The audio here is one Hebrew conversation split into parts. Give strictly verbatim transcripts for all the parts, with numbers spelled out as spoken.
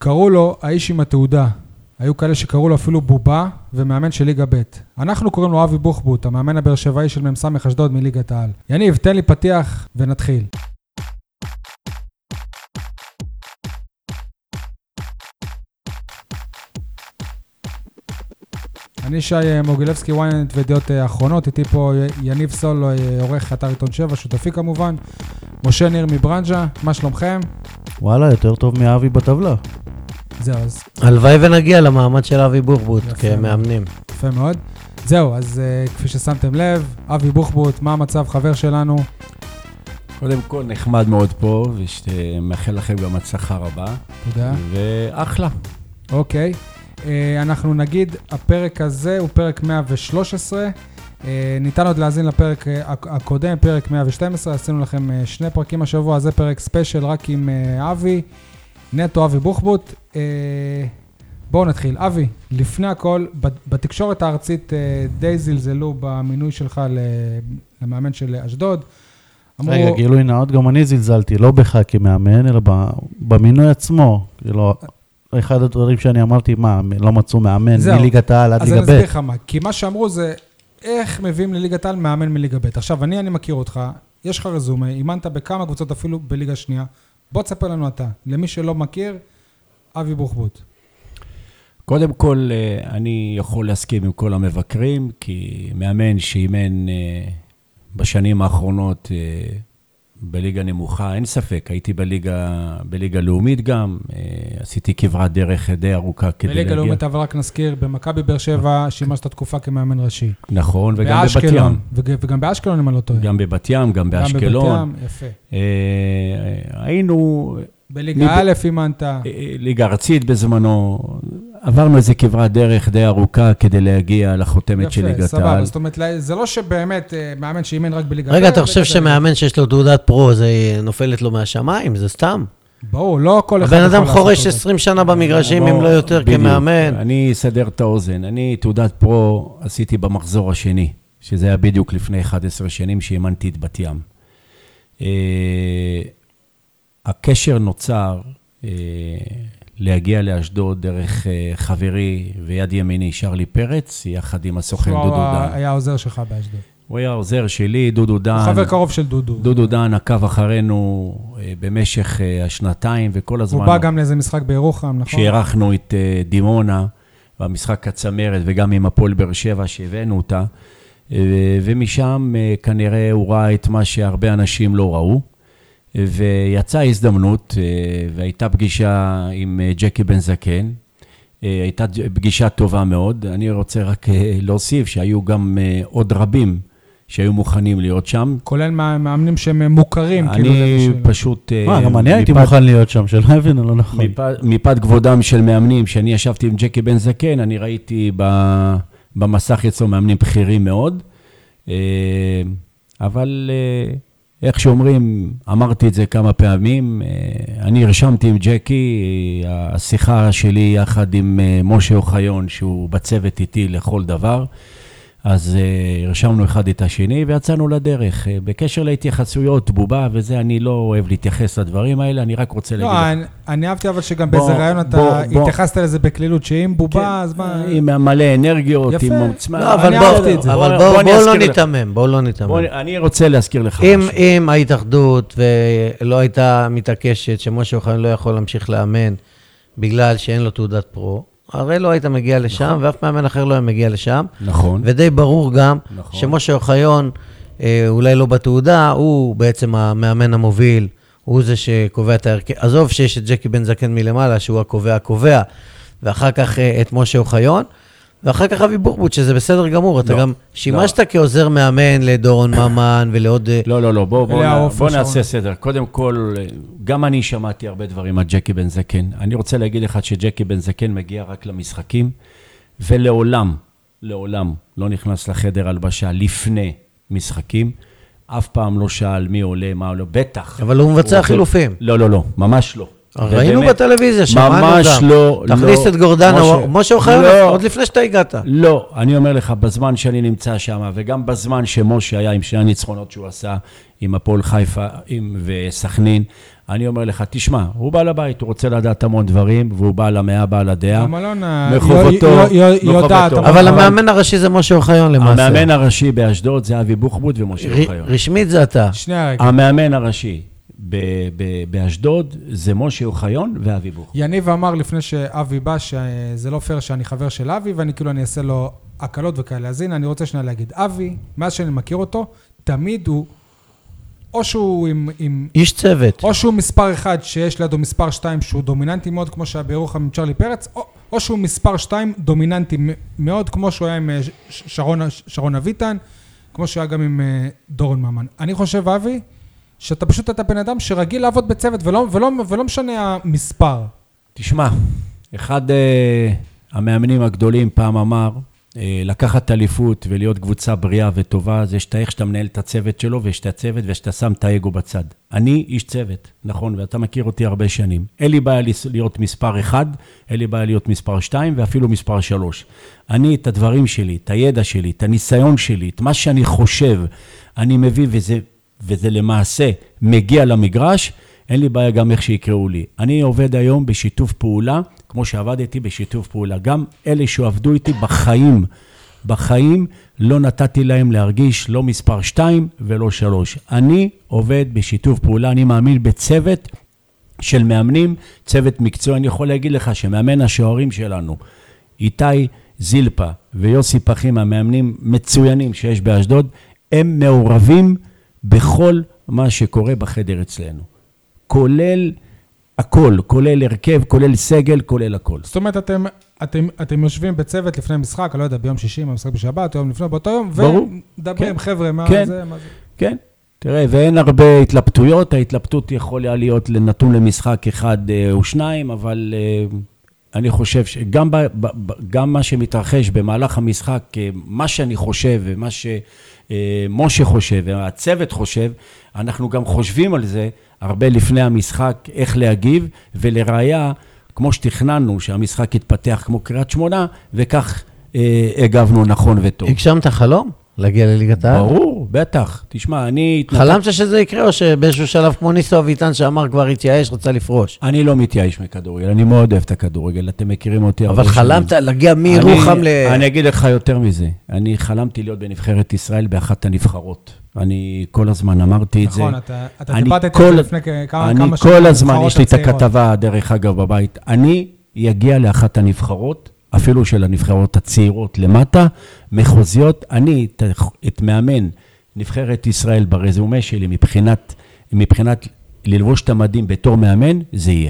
קראו לו האיש עם התעודה. היו כאלה שקראו לו אפילו בובה ומאמן של ליגה ב'. אנחנו קוראים לו אבי בוחבוט, המאמן הבאר שבעי של מ"ס אשדוד מליגת העל. יניב, תן לי פתיח ונתחיל. אני שי מוגילבסקי, וויינט וידיעות אחרונות, איתי פה יניב סולו, עורך אתר עיתון שבע, שותפי כמובן, משה ניר מברנז'ה, מה שלומכם? וואלה, יותר טוב מאבי בטבלה. זהו, אז... הלוואי ונגיע למעמד של אבי בוחבוט כמאמנים. יפה מאוד. זהו, אז uh, כפי ששמתם לב, אבי בוחבוט, מה המצב חבר שלנו? קודם כל נחמד מאוד פה, ושמאחל לכם גם הצלחה רבה. תודה. ואחלה. אוקיי. Uh, אנחנו נגיד, הפרק הזה הוא פרק מאה ושלוש עשרה, uh, ניתן עוד להזין לפרק uh, הקודם, פרק מאה ושתים עשרה, עשינו לכם uh, שני פרקים השבוע, זה פרק ספיישל רק עם uh, אבי, נטו אבי בוחבוט. Uh, בואו נתחיל. אבי, לפני הכל, בתקשורת הארצית uh, די זלזלו במינוי שלך למאמן של אשדוד. רגע, גילוי נאות, גם אני זלזלתי, לא בך כמאמן, אלא במינוי עצמו, כאילו... אחד הדברים שאני אמרתי, מה, לא מצאו מאמן מליגת העל עד ליגה ב'. אז אני אסביר לך מה, כי מה שאמרו זה, איך מביאים לליגת העל מאמן מליגה ב'. עכשיו, אני, אני מכיר אותך, יש לך רזומה, אימנת בכמה קבוצות אפילו בליגה שנייה, בוא תספר לנו אתה, למי שלא מכיר, אבי בוחבוט. קודם כל, אני יכול להסכים עם כל המבקרים, כי מאמן שאימן בשנים האחרונות, בליגה נמוכה, אין ספק, הייתי בליגה, בליגה לאומית גם, עשיתי כברת דרך די ארוכה כדי להגיע. בליגה לאומית, אבל רק נזכיר, במכבי באר שבע, שימשת תקופה כמאמן ראשי. נכון, וגם בבת ים. וגם באשקלון, אם אני לא טועה. גם בבת ים, גם באשקלון. גם בבת ים, יפה. היינו... בליגה א' אימנת. ליגה ארצית בזמנו, עברנו איזה כברת דרך די ארוכה כדי להגיע לחותמת של ליגת העל. יפה, סבבה, זאת אומרת, זה לא שבאמת מאמן שאימן רק בליגה. רגע, אתה חושב שמאמן שיש לו תעודת פרו, זה נופלת לו מהשמיים, זה סתם? ברור, לא כל אחד... הבן אדם חורש עשרים שנה במגרשים, אם לא יותר כמאמן. אני אסדר את האוזן, אני תעודת פרו עשיתי במחזור השני, שזה היה בדיוק לפני אחת עשרה שנים שאימנתי את בת ים. הקשר נוצר אה, להגיע לאשדוד דרך אה, חברי ויד ימיני שרלי פרץ, יחד עם הסוכן דודו דן. הוא היה עוזר שלך באשדוד. הוא היה עוזר שלי, דודו דן. הוא חבר קרוב של דודו. דודו דן עקב אחרינו אה, במשך אה, השנתיים וכל הזמן. הוא בא גם לאיזה משחק בירוחם, נכון? כשערכנו את אה, דימונה, במשחק הצמרת וגם עם הפועל באר שבע שהבאנו אותה, אה, ומשם אה, כנראה הוא ראה את מה שהרבה אנשים לא ראו. ויצאה הזדמנות, והייתה פגישה עם ג'קי בן זקן, הייתה פגישה טובה מאוד. אני רוצה רק להוסיף שהיו גם עוד רבים שהיו מוכנים להיות שם. כולל מאמנים שהם מוכרים. אני פשוט... מה, גם אני הייתי מוכן להיות שם, שלא הבין, לא נכון. מפאת כבודם של מאמנים, שאני ישבתי עם ג'קי בן זקן, אני ראיתי במסך אצלו מאמנים בכירים מאוד, אבל... איך שאומרים, אמרתי את זה כמה פעמים, אני הרשמתי עם ג'קי, השיחה שלי יחד עם משה אוחיון, שהוא בצוות איתי לכל דבר, אז הרשמנו אחד את השני ויצאנו לדרך. בקשר להתייחסויות, בובה וזה, אני לא אוהב להתייחס לדברים האלה, אני רק רוצה להגיד... לא, אני, אני אהבתי אבל שגם באיזה רעיון אתה התייחסת לזה בכלילות, שאם בובה, אז מה... עם מלא אנרגיות, עם עוצמה... לא, אבל בואו לא ניתמם, בואו לא ניתמם. אני רוצה להזכיר לך משהו. אם ההתאחדות ולא הייתה מתעקשת שמשה אוחיון לא יכול להמשיך לאמן, בגלל שאין לו תעודת פרו, הרי לא היית מגיע לשם, נכון. ואף מאמן אחר לא היה מגיע לשם. נכון. ודי ברור גם, נכון. שמשה אוחיון, אה, אולי לא בתעודה, הוא בעצם המאמן המוביל, הוא זה שקובע את ההרכב. עזוב שיש את ג'קי בן זקן מלמעלה, שהוא הקובע הקובע, ואחר כך אה, את משה אוחיון, ואחר כך אבי בוחבוט, שזה בסדר גמור. אתה גם שימשת כעוזר מאמן לדורון ממן ולעוד... לא, לא, לא, בוא נעשה סדר. קודם כל, גם אני שמעתי הרבה דברים על ג'קי בן זקן. אני רוצה להגיד לך שג'קי בן זקן מגיע רק למשחקים, ולעולם, לעולם לא נכנס לחדר הלבשה לפני משחקים. אף פעם לא שאל מי עולה, מה עולה, בטח. אבל הוא מבצע חילופים. לא, לא, לא, ממש לא. ראינו בטלוויזיה, שמענו גם. ממש לא. תכניס את גורדנה, משה אוחיון, עוד לפני שאתה הגעת. לא, אני אומר לך, בזמן שאני נמצא שם, וגם בזמן שמשה היה עם שני הניצחונות שהוא עשה, עם הפועל חיפה וסכנין, אני אומר לך, תשמע, הוא בא לבית, הוא רוצה לדעת המון דברים, והוא בא למאה, בא לדעה. המלון מחובתו, יודעת. אבל המאמן הראשי זה משה אוחיון למעשה. המאמן הראשי באשדוד זה אבי בוחבוט ומשה אוחיון. רשמית זה אתה. המאמן הראשי באשדוד זה משה אוחיון ואבי בוחבוט. יניב אמר לפני שאבי בא, שזה לא פייר שאני חבר של אבי, ואני כאילו אני אעשה לו הקלות וכאלה. אז הנה, אני רוצה שנייה להגיד, אבי, מאז שאני מכיר אותו, תמיד הוא או שהוא עם, עם... איש צוות. או שהוא מספר אחד שיש לידו מספר שתיים שהוא דומיננטי מאוד, כמו שהיה בירוחם עם צ'רלי פרץ, או, או שהוא מספר שתיים דומיננטי מאוד, כמו שהוא היה עם שרון, שרון אביטן, כמו שהוא היה גם עם דורון ממן. אני חושב, אבי, שאתה פשוט אתה בן אדם שרגיל לעבוד בצוות, ולא, ולא, ולא משנה המספר. תשמע, אחד uh, המאמנים הגדולים פעם אמר, לקחת אליפות ולהיות קבוצה בריאה וטובה, זה שאתה איך שאתה מנהל את הצוות שלו, ויש את הצוות ושאתה שם את האגו בצד. אני איש צוות, נכון, ואתה מכיר אותי הרבה שנים. אין לי בעיה להיות מספר אחד, אין לי בעיה להיות מספר שתיים, ואפילו מספר שלוש. אני את הדברים שלי, את הידע שלי, את הניסיון שלי, את מה שאני חושב, אני מביא וזה, וזה למעשה מגיע למגרש, אין לי בעיה גם איך שיקראו לי. אני עובד היום בשיתוף פעולה, כמו שעבדתי בשיתוף פעולה. גם אלה שעבדו איתי בחיים, בחיים לא נתתי להם להרגיש לא מספר שתיים ולא שלוש. אני עובד בשיתוף פעולה, אני מאמין בצוות של מאמנים, צוות מקצוע. אני יכול להגיד לך שמאמן השוערים שלנו, איתי זילפה ויוסי פחים, המאמנים מצוינים שיש באשדוד, הם מעורבים בכל מה שקורה בחדר אצלנו. כולל הכל, כולל הרכב, כולל סגל, כולל הכל. זאת אומרת, אתם, אתם, אתם יושבים בצוות לפני משחק, אני לא יודע, ביום שישי, משחק בשבת, יום לפני באותו יום, ודברים, כן, חבר'ה, מה כן, זה, מה זה. כן, תראה, ואין הרבה התלבטויות, ההתלבטות יכולה להיות לנתון למשחק אחד או שניים, אבל אני חושב שגם ב, ב, גם מה שמתרחש במהלך המשחק, מה שאני חושב ומה שמשה חושב והצוות חושב, אנחנו גם חושבים על זה הרבה לפני המשחק, איך להגיב, ולראיה, כמו שתכננו, שהמשחק יתפתח כמו קריית שמונה, וכך אה, הגבנו נכון וטוב. הגשמת חלום? להגיע לליגת העל? ברור, בטח. תשמע, אני... חלמת שזה יקרה, או שבאיזשהו שלב כמו ניסו אביטן שאמר כבר התייאש, רצה לפרוש? אני לא מתייאש מכדורגל, אני מאוד אוהב את הכדורגל, אתם מכירים אותי. אבל חלמת להגיע מירוחם ל... אני אגיד לך יותר מזה. אני חלמתי להיות בנבחרת ישראל באחת הנבחרות. אני כל הזמן אמרתי את זה. נכון, אתה דיברת את זה לפני כמה שנים. אני כל הזמן, יש לי את הכתבה, דרך אגב, בבית. אני יגיע לאחת הנבחרות, אפילו של הנבחרות הצעירות למטה, מחוזיות. אני, את מאמן נבחרת ישראל ברזומה שלי, מבחינת, מבחינת ללבוש את המדים בתור מאמן, זה יהיה.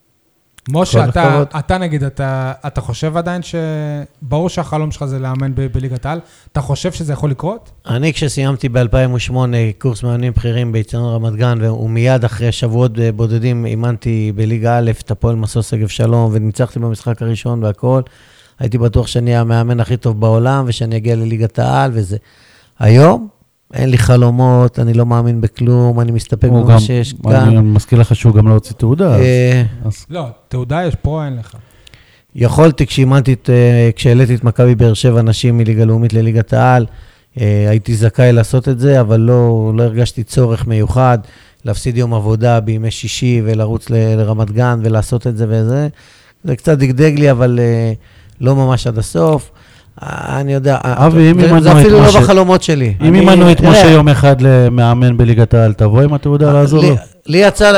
משה, אתה, אתה נגיד, אתה, אתה חושב עדיין שברור שהחלום שלך זה לאמן ב- בליגת העל, אתה חושב שזה יכול לקרות? אני כשסיימתי ב-אלפיים ושמונה קורס מאמנים בכירים באיצטדיון רמת גן, ומיד אחרי שבועות בודדים אימנתי בליגה א' את הפועל מסוע שגב שלום, וניצחתי במשחק הראשון והכל, הייתי בטוח שאני המאמן הכי טוב בעולם, ושאני אגיע לליגת העל וזה. היום אין לי חלומות, אני לא מאמין בכלום, אני מסתפק במה שיש כאן. אני מזכיר לך שהוא גם לא הוציא תעודה. לא, תעודה יש פה, אין לך. יכולתי, כשהעליתי את מכבי באר שבע נשים מליגה לאומית לליגת העל, הייתי זכאי לעשות את זה, אבל לא הרגשתי צורך מיוחד, להפסיד יום עבודה בימי שישי, ולרוץ לרמת גן ולעשות את זה וזה. זה קצת דגדג לי, אבל לא ממש עד הסוף. אני יודע, זה אפילו לא בחלומות שלי. אם אימנו את משה יום אחד למאמן בליגת העל, תבוא עם התעודה לעזור לו. לי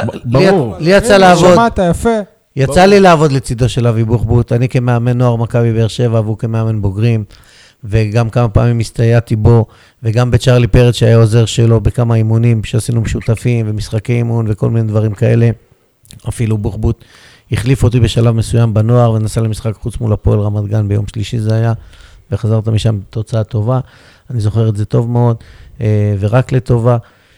יצא לעבוד. שמעת, יפה. יצא לי לעבוד לצידו של אבי בוחבוט, אני כמאמן נוער מכבי באר שבע, והוא כמאמן בוגרים, וגם כמה פעמים הסתייעתי בו, וגם בצ'רלי פרץ שהיה עוזר שלו בכמה אימונים שעשינו משותפים, ומשחקי אימון וכל מיני דברים כאלה. אפילו בוחבוט החליף אותי בשלב מסוים בנוער, ונסע למשחק חוץ מול הפועל רמת גן ביום שלישי זה היה, וחזרת משם תוצאה טובה. אני זוכר את זה טוב מאוד, ורק לטובה.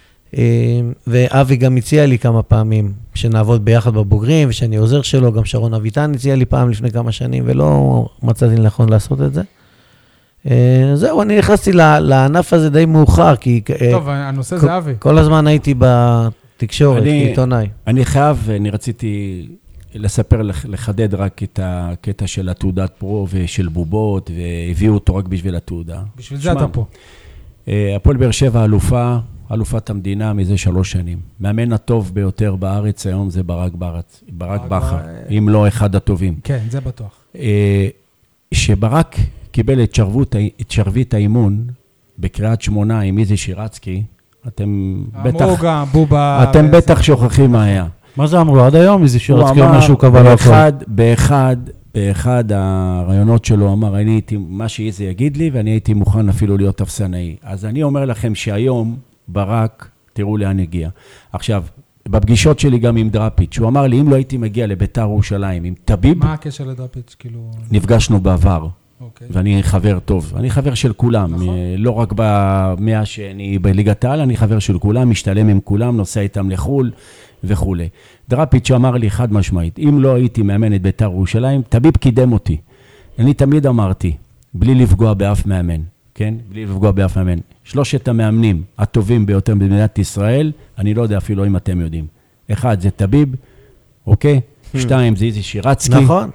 ואבי גם הציע לי כמה פעמים שנעבוד ביחד בבוגרים, ושאני עוזר שלו, גם שרון אביטן הציע לי פעם לפני כמה שנים, ולא מצאתי נכון לעשות את זה. זהו, אני נכנסתי לענף הזה די מאוחר, כי... טוב, הנושא זה אבי. כל הזמן הייתי בתקשורת, כעיתונאי. אני חייב, אני רציתי לספר, לחדד רק את הקטע של התעודת פרו ושל בובות, והביאו אותו רק בשביל התעודה. בשביל זה אתה פה. הפועל באר שבע אלופה, אלופת המדינה מזה שלוש שנים. מאמן הטוב ביותר בארץ היום זה ברק בארץ, ברק בכר, אם לא אחד הטובים. כן, זה בטוח. שברק קיבל את שרביט האימון בקריאת שמונה עם איזי שירצקי, אתם בטח, אתם בטח שוכחים מה היה. מה זה אמרו? עד היום איזי שירצקי אומר שהוא קבל הכל. באחד, באחד הרעיונות שלו אמר, אני הייתי, מה שאיזי יגיד לי, ואני הייתי מוכן אפילו להיות אפסנאי. אז אני אומר לכם שהיום ברק, תראו לאן הגיע. עכשיו, בפגישות שלי גם עם דראפיץ', הוא אמר לי, אם לא הייתי מגיע לביתר ירושלים, עם טביב, מה הקשר לדראפיץ'? כאילו... נפגשנו בעבר. Okay. ואני חבר טוב, אני חבר של כולם, נכון. לא רק במאה שאני בליגת העל, אני חבר של כולם, משתלם עם כולם, נוסע איתם לחול וכו'. דראפיץ' אמר לי חד משמעית, אם לא הייתי מאמן את ביתר ירושלים, טביב קידם אותי. אני תמיד אמרתי, בלי לפגוע באף מאמן, כן? בלי לפגוע באף מאמן. שלושת המאמנים הטובים ביותר במדינת ישראל, אני לא יודע אפילו אם אתם יודעים. אחד זה טביב, אוקיי? שתיים זה איזי שירצקי. נכון.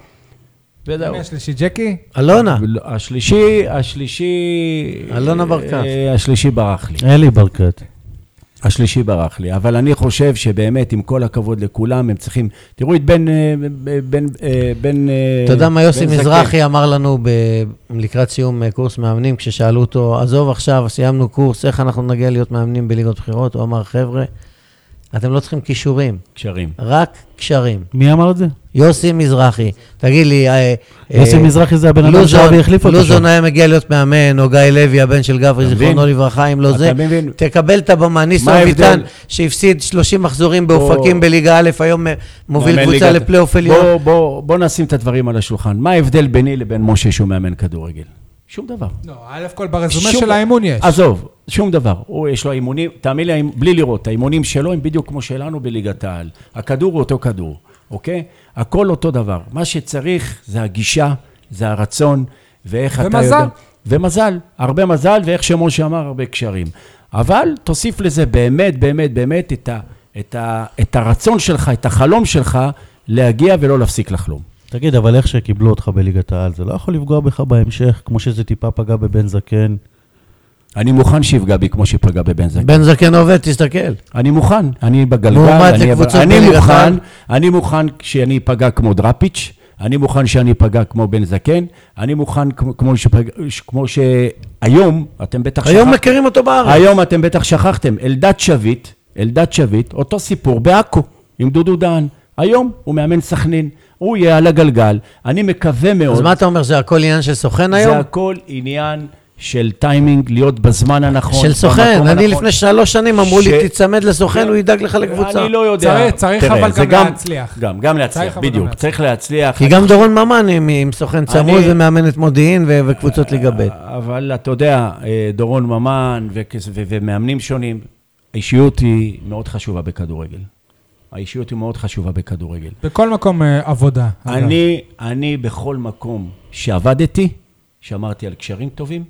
ודאו. השלישי ג'קי? אלונה. השלישי, השלישי... אלונה ברקת. השלישי ברח לי. אלי ברקת. השלישי ברח לי, אבל אני חושב שבאמת, עם כל הכבוד לכולם, הם צריכים... תראו את בן... בן... בן... אתה יודע מה יוסי מזרחי אמר לנו לקראת סיום קורס מאמנים, כששאלו אותו, עזוב עכשיו, סיימנו קורס, איך אנחנו נגיע להיות מאמנים בליגות בחירות? הוא אמר, חבר'ה, אתם לא צריכים קישורים. קשרים. רק קשרים. מי אמר את זה? יוסי מזרחי. תגיד לי... יוסי מזרחי זה הבן אדם שאבי החליף אותו. לוזון היה מגיע להיות מאמן, או גיא לוי, הבן של גברי, זיכרונו לברכה, אם לא זה. תקבל את הבמה. ניסו אביטן, שהפסיד שלושים מחזורים באופקים בליגה א', היום מוביל קבוצה לפלייאוף עליון. בוא נשים את הדברים על השולחן. מה ההבדל ביני לבין משה שהוא מאמן כדורגל? שום דבר. לא, א' כל ברזומה של האימון יש. עזוב, שום דבר. הוא יש לו אימונים, תאמין לי, בלי לראות, האימונים שלו הם בדיוק כמו שלנו בליגת העל. הכדור הוא אותו כדור, אוקיי? הכל אותו דבר. מה שצריך זה הגישה, זה הרצון, ואיך אתה יודע... ומזל. ומזל, הרבה מזל, ואיך שמשה אמר, הרבה קשרים. אבל תוסיף לזה באמת, באמת, באמת את, ה, את, ה, את הרצון שלך, את החלום שלך, להגיע ולא להפסיק לחלום. תגיד, אבל איך שקיבלו אותך בליגת העל, זה לא יכול לפגוע בך בהמשך, כמו שזה טיפה פגע בבן זקן? אני מוכן שיפגע בי כמו שפגע בבן זקן. בן זקן עובד, תסתכל. אני מוכן, אני בגלגל, אני, אני מוכן, אני מוכן שאני אפגע כמו דראפיץ', אני מוכן שאני אפגע כמו בן זקן, אני מוכן כמו, שפג... כמו שהיום, אתם בטח שכחתם. היום מכירים אותו בארץ. היום אתם בטח שכחתם, אלדד שביט, אלדד שביט, אותו סיפור בעכו, עם דודו דהן. היום הוא מאמן סכנין, הוא יהיה על הגלגל, אני מקווה מאוד. אז מה אתה אומר, זה הכל עניין של סוכן היום? זה הכל עניין של טיימינג, להיות בזמן הנכון. של סוכן, אני לפני שלוש שנים אמרו לי, תצמד לסוכן, הוא ידאג לך לקבוצה. אני לא יודע. צריך אבל גם להצליח. גם, גם להצליח, בדיוק, צריך להצליח. כי גם דורון ממן עם סוכן צמוד ומאמנת מודיעין וקבוצות ליגה ב'. אבל אתה יודע, דורון ממן ומאמנים שונים, האישיות היא מאוד חשובה בכדורגל. האישיות היא מאוד חשובה בכדורגל. בכל מקום עבודה. אני, אני בכל מקום שעבדתי, שמרתי על קשרים טובים,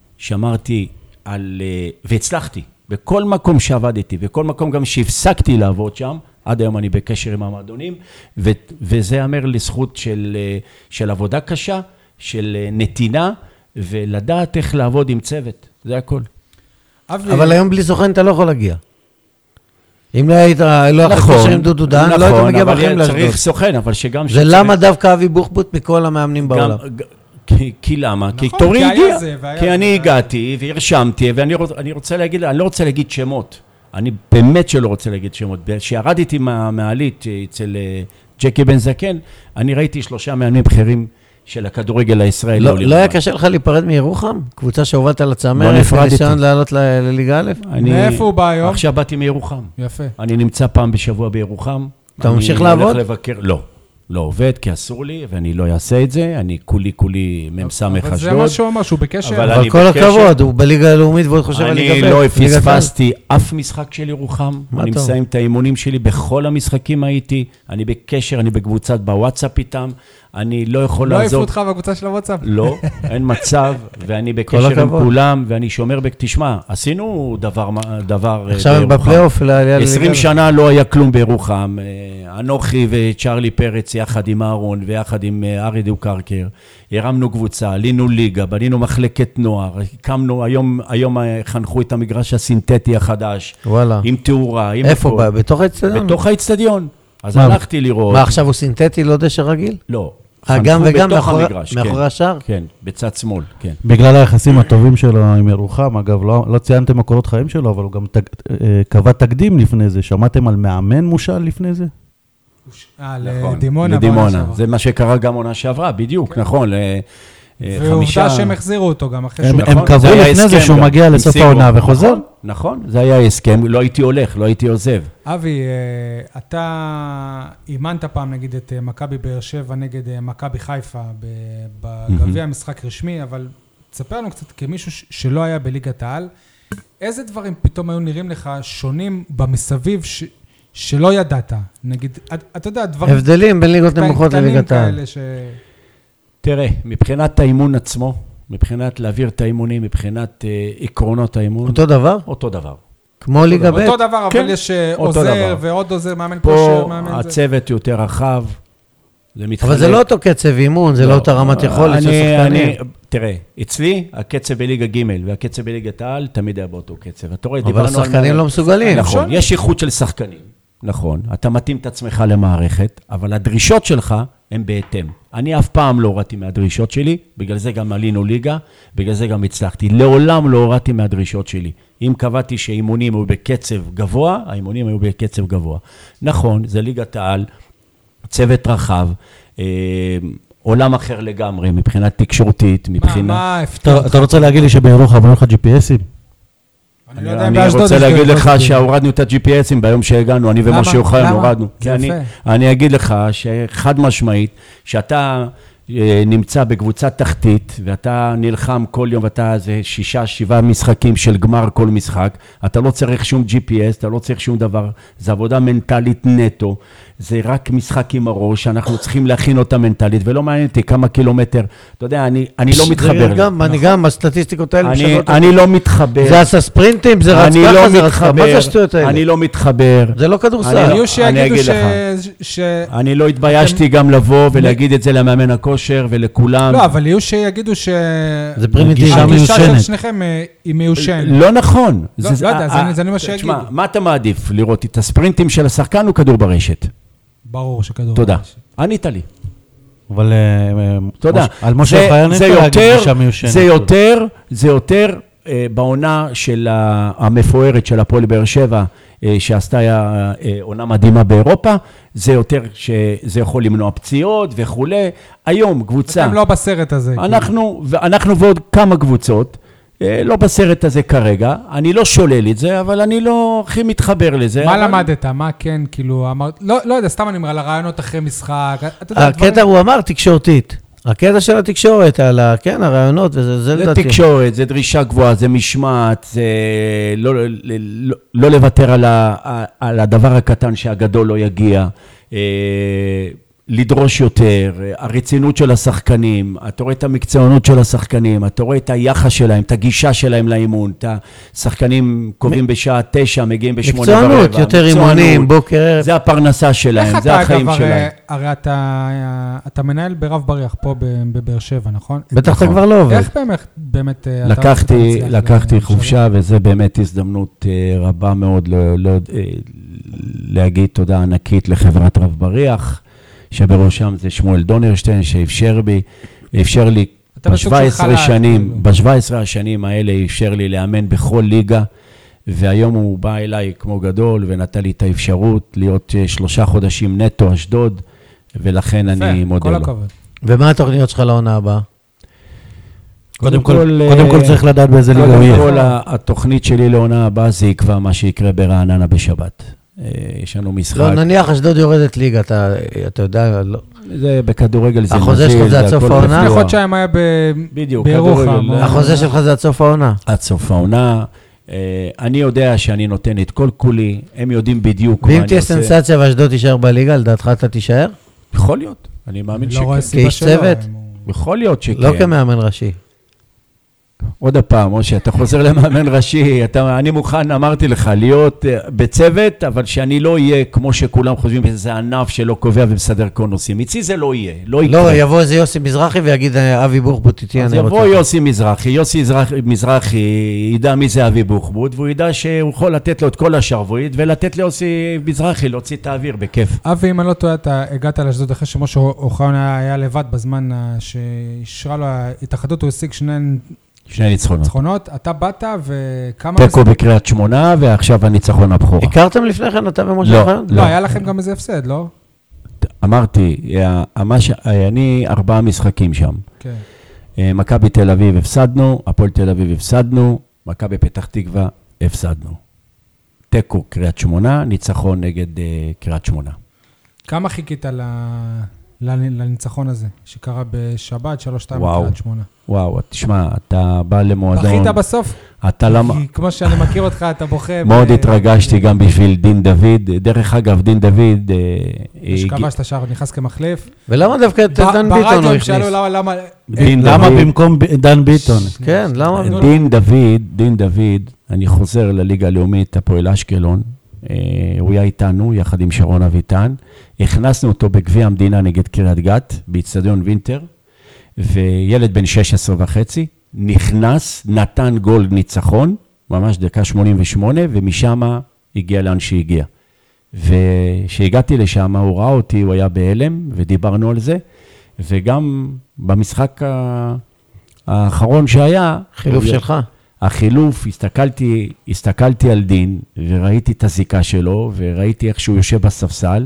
שמרתי על, והצלחתי, בכל מקום שעבדתי, וכל מקום גם שהפסקתי לעבוד שם, עד היום אני בקשר עם המועדונים, ו, וזה אומר לזכות של, של עבודה קשה, של נתינה, ולדעת איך לעבוד עם צוות, זה הכל. אבל היום בלי סוכן אתה לא יכול להגיע. אם לא היית, לא אחרי קשר עם דודו דהן, לא היית מגיע בכם לאשדוד. צריך סוכן, אבל שגם... זה למה דווקא אבי בוחבוט מכל המאמנים בעולם? כי למה? כי תורי הגיע. כי אני הגעתי והרשמתי, ואני רוצה להגיד, אני לא רוצה להגיד שמות. אני באמת שלא רוצה להגיד שמות. כשירדתי מהמעלית אצל ג'קי בן זקן, אני ראיתי שלושה מאמנים בכירים של הכדורגל הישראלי. לא היה קשה לך להיפרד מירוחם? קבוצה שהובלת על הצמרת, ניסיון לעלות לליגה א'? מאיפה הוא בא היום? עכשיו באתי מירוחם. יפה. אני נמצא פעם בשבוע בירוחם. אתה ממשיך לעבוד? לא. לא עובד, כי אסור לי, ואני לא אעשה את זה, אני כולי כולי ממסמך אשדוד. אבל זה מה שהוא אמר, שהוא בקשר. אבל כל הכבוד, הוא בליגה הלאומית ועוד חושב על ליגה ב'. אני לא פספסתי אף משחק של ירוחם, אני מסיים את האימונים שלי, בכל המשחקים הייתי, אני בקשר, אני בקבוצת בוואטסאפ איתם, אני לא יכול לעזור. לא העיפו אותך בקבוצה של הוואטסאפ? לא, אין מצב, ואני בקשר עם כולם, ואני שומר, תשמע, עשינו דבר בירוחם. עכשיו הם בפלייאוף. עשרים שנה לא היה כלום בירוחם, אנוכי וצ'רלי פרץ, יחד עם אהרון ויחד עם ארי דוקרקר, הרמנו קבוצה, עלינו ליגה, בנינו מחלקת נוער, הקמנו, היום, היום חנכו את המגרש הסינתטי החדש, וואלה. עם תאורה, עם איפה? הכל. בתוך האצטדיון? בתוך האצטדיון. אז מה, הלכתי לראות. מה, עכשיו הוא סינתטי, לא דשא רגיל? לא. גם וגם מאחורי השאר? כן, בצד שמאל, כן. בגלל היחסים הטובים שלו עם ירוחם, אגב, לא ציינתם הקורות חיים שלו, אבל הוא גם קבע תקדים לפני זה. שמעתם על מאמן מושל לפני זה? אה, לדימונה. לדימונה. זה מה שקרה גם עונה שעברה, בדיוק, נכון. ועובדה שהם החזירו אותו גם אחרי שהוא... הם קבעו לפני זה שהוא מגיע לסוף העונה וחוזר? נכון, זה היה הסכם, לא הייתי הולך, לא הייתי עוזב. אבי, אתה אימנת פעם נגיד את מכבי באר שבע נגד מכבי חיפה בגביע המשחק רשמי, אבל תספר לנו קצת כמישהו שלא היה בליגת העל, איזה דברים פתאום היו נראים לך שונים במסביב שלא ידעת? נגיד, אתה יודע, דברים... הבדלים בין ליגות נמוכות לליגת העל. תראה, מבחינת האימון עצמו, מבחינת להעביר את האימונים, מבחינת עקרונות האימון. אותו דבר? אותו דבר. כמו ליגה ב'? אותו דבר, אבל יש עוזר ועוד עוזר, מאמן כושר, מאמן זה. פה הצוות יותר רחב, זה מתחלק. אבל זה לא אותו קצב אימון, זה לא אותה רמת יכולת של שחקנים. תראה, אצלי, הקצב בליגה ג' והקצב בליגת העל, תמיד היה באותו קצב. אבל השחקנים לא מסוגלים. נכון, יש איכות של שחקנים. נכון, אתה מתאים את עצמך למערכת, אבל הדרישות שלך הן בהתאם. אני אף פעם לא הורדתי מהדרישות שלי, בגלל זה גם עלינו ליגה, בגלל זה גם הצלחתי. לעולם לא הורדתי מהדרישות שלי. אם קבעתי שהאימונים היו בקצב גבוה, האימונים היו בקצב גבוה. נכון, זה ליגת העל, צוות רחב, אה, עולם אחר לגמרי, מבחינת תקשורתית, מבחינת... מה, מה הפתיע? אתה רוצה להגיד לי שבירוחם היו לך ג'י פי אסים? אני רוצה להגיד לך שהורדנו את ה-ג'י פי אסים ביום שהגענו, אני ומשה אוחיון הורדנו. אני אגיד לך שחד משמעית, שאתה נמצא בקבוצה תחתית, ואתה נלחם כל יום, ואתה זה שישה, שבעה משחקים של גמר כל משחק, אתה לא צריך שום ג'י פי אס, אתה לא צריך שום דבר, זה עבודה מנטלית נטו, זה רק משחק עם הראש, אנחנו צריכים להכין אותה מנטלית, ולא מעניין אותי כמה קילומטר, אתה יודע, אני, אני לא מתחבר. גם, אני גם, הסטטיסטיקות האלה משנות. אני לא מתחבר. זה עשה ספרינטים, זה רץ ככה, זה רץ ככה, מה זה השטויות האלה? אני לא מתחבר. זה לא כדורסל. אני אגיד לך. אני לא התביישתי גם לבוא ולהגיד את זה למאמן הכושר ולכולם. לא, אבל יהיו שיגידו ש... זה פרימיטיבי. הגישה של שניכם היא מיושנת. לא נכון. לא יודע, זה אני מה שיגידו. תשמע, מה אתה מעדיף? לראות את הספרינטים של השחקן או כדור ברשת? ברור שכדור. תודה. ענית לי. אבל תודה. על משה אוחיון זה יותר, זה יותר, זה יותר בעונה של המפוארת של הפועל באר שבע, שעשתה עונה מדהימה באירופה, זה יותר שזה יכול למנוע פציעות וכו'. היום קבוצה... אתם לא בסרט הזה. אנחנו, ואנחנו ועוד כמה קבוצות, לא בסרט הזה כרגע, אני לא שולל את זה, אבל אני לא הכי מתחבר לזה. מה למדת? מה כן, כאילו, אמרת, לא יודע, סתם אני אומר, על הרעיונות אחרי משחק. הקטע הוא אמר תקשורתית. הקטע של התקשורת, על כן, הרעיונות, וזה לדעתי. זה תקשורת, זה דרישה גבוהה, זה משמעת, זה לא לוותר על הדבר הקטן שהגדול לא יגיע. לדרוש יותר, הרצינות של השחקנים, אתה רואה את המקצוענות של השחקנים, אתה רואה את היחס שלהם, את הגישה שלהם לאימון, את השחקנים קובעים בשעה תשע, מגיעים בשמונה ורבע. מקצוענות, יותר אימונים, בוקר. זה הפרנסה שלהם, זה החיים שלהם. הרי אתה מנהל ברב בריח פה בבאר שבע, נכון? בטח אתה כבר לא עובד. איך באמת... לקחתי חופשה, וזה באמת הזדמנות רבה מאוד להגיד תודה ענקית לחברת רב בריח, שבראשם זה שמואל דונרשטיין, שאפשר בי, אפשר לי ב-שבע עשרה שנים, ב-שבע עשרה השנים האלה אפשר לי לאמן בכל ליגה, והיום הוא בא אליי כמו גדול, ונתן לי את האפשרות להיות שלושה חודשים נטו אשדוד, ולכן אני מודה לו. ומה התוכניות שלך לעונה הבאה? קודם כל צריך לדעת באיזה ליגה הוא יהיה. קודם כל התוכנית שלי לעונה הבאה, זה יקבע מה שיקרה ברעננה בשבת. יש לנו משחק. לא, נניח אשדוד יורדת ליגה, אתה יודע, לא. זה בכדורגל, זה החוזה שלך זה עד סוף העונה? לפני חודשיים היה בירוחם. החוזה שלך זה עד סוף העונה? עד סוף העונה. אני יודע שאני נותן את כל כולי, הם יודעים בדיוק מה אני עושה. ואם תהיה סנסציה ואשדוד תישאר בליגה, לדעתך אתה תישאר? יכול להיות, אני מאמין שכן. כאיש צוות? יכול להיות שכן. לא כמאמן ראשי. עוד הפעם, משה, אתה חוזר למאמן ראשי, אתה, אני מוכן, אמרתי לך, להיות בצוות, אבל שאני לא אהיה, כמו שכולם חושבים, איזה ענף שלא קובע ומסדר כל נושאים. מצי זה לא יהיה, לא יקרה. לא, יבוא איזה יוסי מזרחי ויגיד, אבי בוחבוט איתי, אני רוצה. אז יבוא יוסי מזרחי, יוסי מזרחי ידע מי זה אבי בוחבוט, והוא ידע שהוא יכול לתת לו את כל השרבועית, ולתת ליוסי מזרחי להוציא את האוויר, בכיף. אבי, אם אני לא טועה, אתה הגעת לאשדוד אחרי שמשה אוחיון היה לבד בזמן שאישרה לו ההתאחדות, הוא השיג שני שני ניצחונות. ניצחונות, אתה באת וכמה... תיקו בקריית שמונה, ועכשיו הניצחון הבכורה. הכרתם לפני כן, אתה ומשה אוחיון? לא, היה לכם גם איזה הפסד, לא? אמרתי, אני ארבעה משחקים שם. מכבי תל אביב הפסדנו, הפועל תל אביב הפסדנו, מכבי פתח תקווה הפסדנו. תיקו קריית שמונה, ניצחון נגד קריית שמונה. כמה חיכית לניצחון הזה, שקרה בשבת, שלוש שתיים בקריית שמונה? וואו, תשמע, אתה בא למועדון... בכית בסוף? אתה למה... כמו שאני מכיר אותך, אתה בוכה... מאוד התרגשתי גם בשביל דין דוד. דרך אגב, דין דוד... שכבש את השער, נכנס כמחליף. ולמה דווקא את דן ביטון הוא הכניס? למה... למה במקום דן ביטון? כן, למה? דין דוד, דין דוד, אני חוזר לליגה הלאומית, הפועל אשקלון. הוא היה איתנו, יחד עם שרון אביטן. הכנסנו אותו בגביע המדינה נגד קריית גת, באצטדיון וינטר. וילד בן שש עשרה וחצי, נכנס, נתן גול ניצחון, ממש דקה שמונים ושמונה, ומשם הגיע לאן שהגיע. וכשהגעתי לשם, הוא ראה אותי, הוא היה בהלם, ודיברנו על זה, וגם במשחק האחרון שהיה... חילוף שלך. החילוף, הסתכלתי, הסתכלתי על דין, וראיתי את הזיקה שלו, וראיתי איך שהוא יושב בספסל,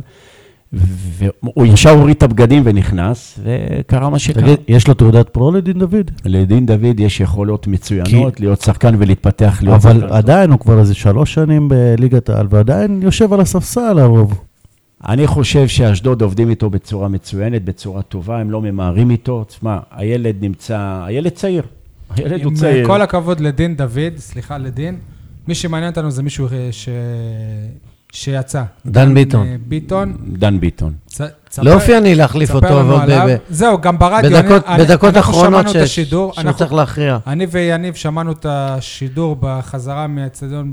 והוא ישר הוריד את הבגדים ונכנס, וקרה מה שקרה. תגיד, יש לו תעודת פרו לדין דוד? לדין דוד יש יכולות מצוינות, להיות שחקן ולהתפתח. אבל עדיין הוא כבר איזה שלוש שנים בליגת העל, ועדיין יושב על הספסל הרוב. אני חושב שאשדוד עובדים איתו בצורה מצוינת, בצורה טובה, הם לא ממהרים איתו. תשמע, הילד נמצא, הילד צעיר. הילד הוא צעיר. עם כל הכבוד לדין דוד, סליחה לדין, מי שמעניין אותנו זה מישהו ש... שיצא. דן ביטון. ביטון. דן ביטון. לא אופייני להחליף אותו. זהו, גם ברדיו. בדקות אחרונות שהוא צריך להכריע. אני ויניב שמענו את השידור בחזרה מהאצטדיון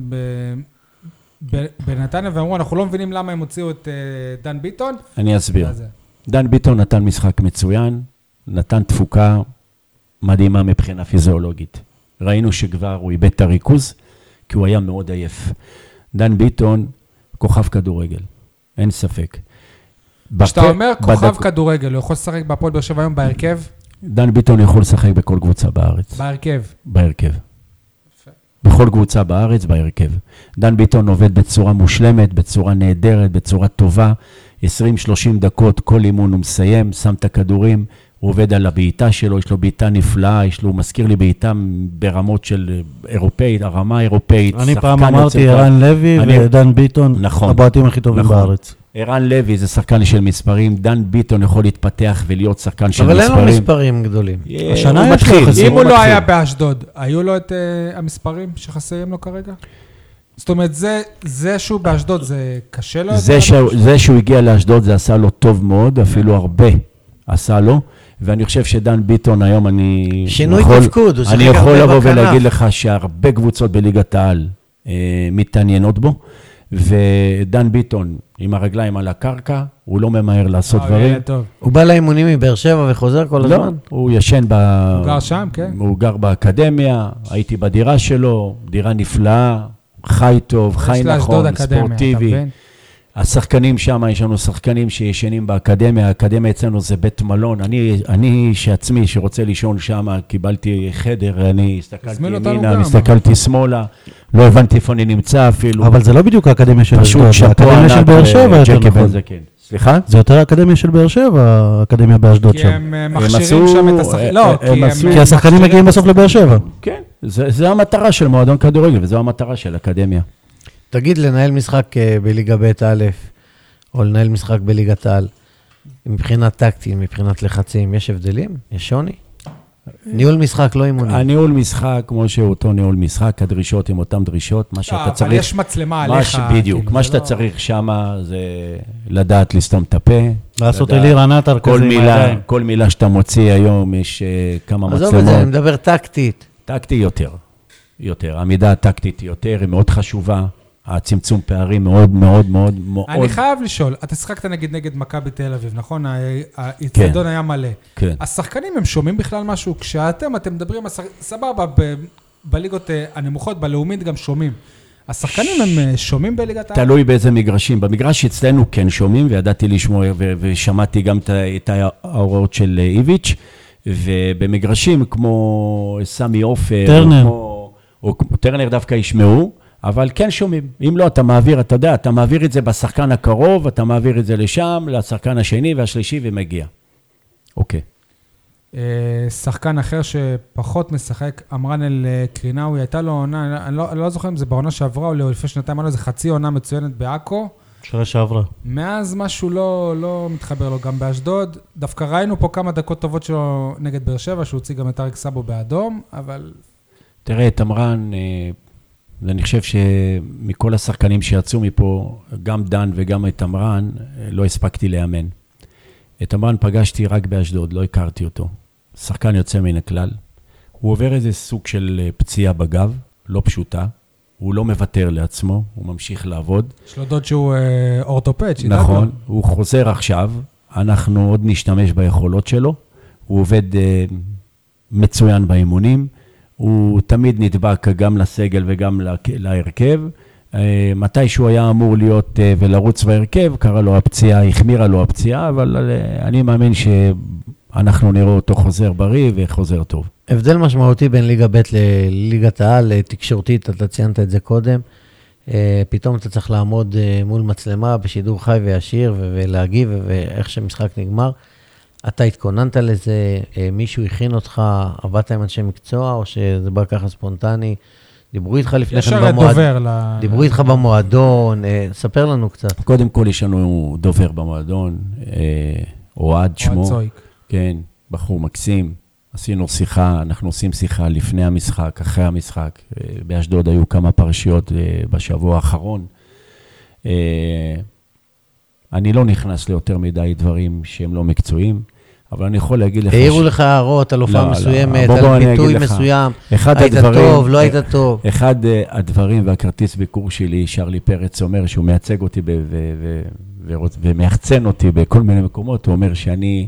בנתניה, ואמרו, אנחנו לא מבינים למה הם הוציאו את דן ביטון. אני אסביר. דן ביטון נתן משחק מצוין, נתן תפוקה מדהימה מבחינה פיזיולוגית. ראינו שכבר הוא איבד את הריכוז, כי הוא היה מאוד עייף. דן ביטון, כוכב כדורגל, אין ספק. כשאתה אומר כוכב כדורגל, הוא יכול לשחק בהפועל באר שבע היום בהרכב? דן ביטון יכול לשחק בכל קבוצה בארץ. בהרכב? בהרכב. בכל קבוצה בארץ, בהרכב. דן ביטון עובד בצורה מושלמת, בצורה נהדרת, בצורה טובה. עשרים שלושים דקות, כל אימון הוא מסיים, שם את הכדורים, הוא עובד על הבעיטה שלו, יש לו בעיטה נפלאה, יש לו, הוא מזכיר לי בעיטה ברמות של אירופאית, הרמה האירופאית. אני פעם אמרתי, ערן לוי ודן ביטון, נכון, הבעיטים הכי טובים נכון. בארץ. ערן לוי זה שחקן של מספרים, דן ביטון יכול להתפתח ולהיות שחקן של אבל מספרים. אבל אין לו מספרים גדולים. השנה הוא מתחיל. אם הוא לא היה באשדוד, היו לו את uh, המספרים שחסרים לו כרגע? זאת אומרת, זה, זה שהוא באשדוד, זה קשה לו? זה, ש... זה שהוא הגיע לאשדוד, זה עשה לו טוב מאוד, אפילו הרבה עשה לו, ואני חושב שדן ביטון היום, אני שינוי יכול, תפקוד, הוא אני יכול לבוא ולהגיד לך שהרבה קבוצות בליגת העל אה, מתעניינות בו, ודן ביטון עם הרגליים על הקרקע, הוא לא ממהר לעשות אה, דברים. הוא בא לאימונים מבאר שבע וחוזר כל לא, הזמן? הוא ישן ב... הוא גר שם, כן. הוא גר באקדמיה, הייתי בדירה שלו, דירה נפלאה, חי טוב, חי נכון, ספורטיבי. השחקנים שם, יש לנו שחקנים שישנים באקדמיה, האקדמיה אצלנו זה בית מלון, אני, אני שעצמי שרוצה לישון שם, קיבלתי חדר, אני הסתכלתי ימינה, הסתכלתי שמאלה, לא הבנתי איפה אני נמצא אפילו. אבל זה לא בדיוק האקדמיה של אשדוד, זה האקדמיה של באר שבע, יותר נכון. סליחה? זה יותר האקדמיה של באר שבע, האקדמיה באשדוד שם. כי הם מכשירים שם את השחקנים, לא, כי השחקנים מגיעים בסוף לבאר שבע. כן, זה המטרה של מועדון כדורגל, וזו המטרה של האקדמיה. תגיד, לנהל משחק בליגה ב' א', או לנהל משחק בליגת העל, מבחינת טקטים, מבחינת לחצים, יש הבדלים? יש שוני? ניהול משחק, לא אימונים. הניהול משחק, כמו שאותו ניהול משחק, הדרישות עם אותן דרישות, מה שאתה צריך... אבל יש מצלמה עליך. בדיוק, מה שאתה צריך שם זה לדעת לסתום את הפה. לעשות אליר ענתר כזה עם הידיים. כל מילה שאתה מוציא היום, יש כמה מצלמות. עזוב את זה, אני מדבר טקטית. טקטי יותר, יותר. העמידה הטקטית יותר, היא מאוד חשובה. הצמצום פערים מאוד מאוד מאוד מאוד... אני חייב לשאול, אתה שחקת נגיד נגד מכבי תל אביב, נכון? האיצטדיון היה מלא. כן. השחקנים הם שומעים בכלל משהו? כשאתם, אתם מדברים, סבבה, בליגות הנמוכות, בלאומית גם שומעים. השחקנים הם שומעים בליגת העל? תלוי באיזה מגרשים. במגרש אצלנו כן שומעים, וידעתי לשמוע, ושמעתי גם את ההוראות של איביץ', ובמגרשים כמו סמי עופר, טרנר. או טרנר דווקא ישמעו, אבל כן שומעים. אם לא, אתה מעביר, אתה יודע, אתה מעביר את זה בשחקן הקרוב, אתה מעביר את זה לשם, לשחקן השני והשלישי ומגיע. אוקיי. שחקן אחר שפחות משחק, אמרן אל קרינאוי, הייתה לו עונה, אני לא, אני לא זוכר אם זה בעונה שעברה או לפני שנתיים, היה לו איזה חצי עונה מצוינת בעכו. שנה שעברה. מאז משהו לא, לא מתחבר לו גם באשדוד. דווקא ראינו פה כמה דקות טובות שלו נגד באר שבע, שהוא הוציא גם את אריק סאבו באדום, אבל... תראה, את אמרן, אני חושב שמכל השחקנים שיצאו מפה, גם דן וגם את אמרן, לא הספקתי לאמן. את אמרן פגשתי רק באשדוד, לא הכרתי אותו. שחקן יוצא מן הכלל. הוא עובר איזה סוג של פציעה בגב, לא פשוטה. הוא לא מוותר לעצמו, הוא ממשיך לעבוד. יש לו דוד שהוא אורתופד. נכון, הוא חוזר עכשיו. אנחנו עוד נשתמש ביכולות שלו. הוא עובד מצוין באימונים. הוא תמיד נדבק גם לסגל וגם להרכב. מתי שהוא היה אמור להיות ולרוץ בהרכב, קרה לו הפציעה, החמירה לו הפציעה, אבל אני מאמין שאנחנו נראה אותו חוזר בריא וחוזר טוב. הבדל משמעותי בין ליגה ב' לליגת העל, תקשורתית, אתה ציינת את זה קודם, פתאום אתה צריך לעמוד מול מצלמה בשידור חי וישיר ולהגיב ואיך שמשחק נגמר. אתה התכוננת לזה, מישהו הכין אותך, עבדת עם אנשי מקצוע, או שזה בא ככה ספונטני, דיברו איתך לפני כן במועדון, דיברו איתך במועדון, ספר לנו קצת. קודם כל יש לנו דובר במועדון, אוהד שמו, כן, בחור מקסים, עשינו שיחה, אנחנו עושים שיחה לפני המשחק, אחרי המשחק, באשדוד היו כמה פרשיות בשבוע האחרון, אני לא נכנס ליותר מדי דברים שהם לא מקצועיים, אבל אני יכול להגיד לך... העירו לך הערות על הופעה מסוימת, על ביטוי מסוים, היית טוב, לא היית טוב. אחד הדברים והכרטיס ביקור שלי, שרלי פרץ אומר שהוא מייצג אותי ומייחצן אותי בכל מיני מקומות, הוא אומר שאני...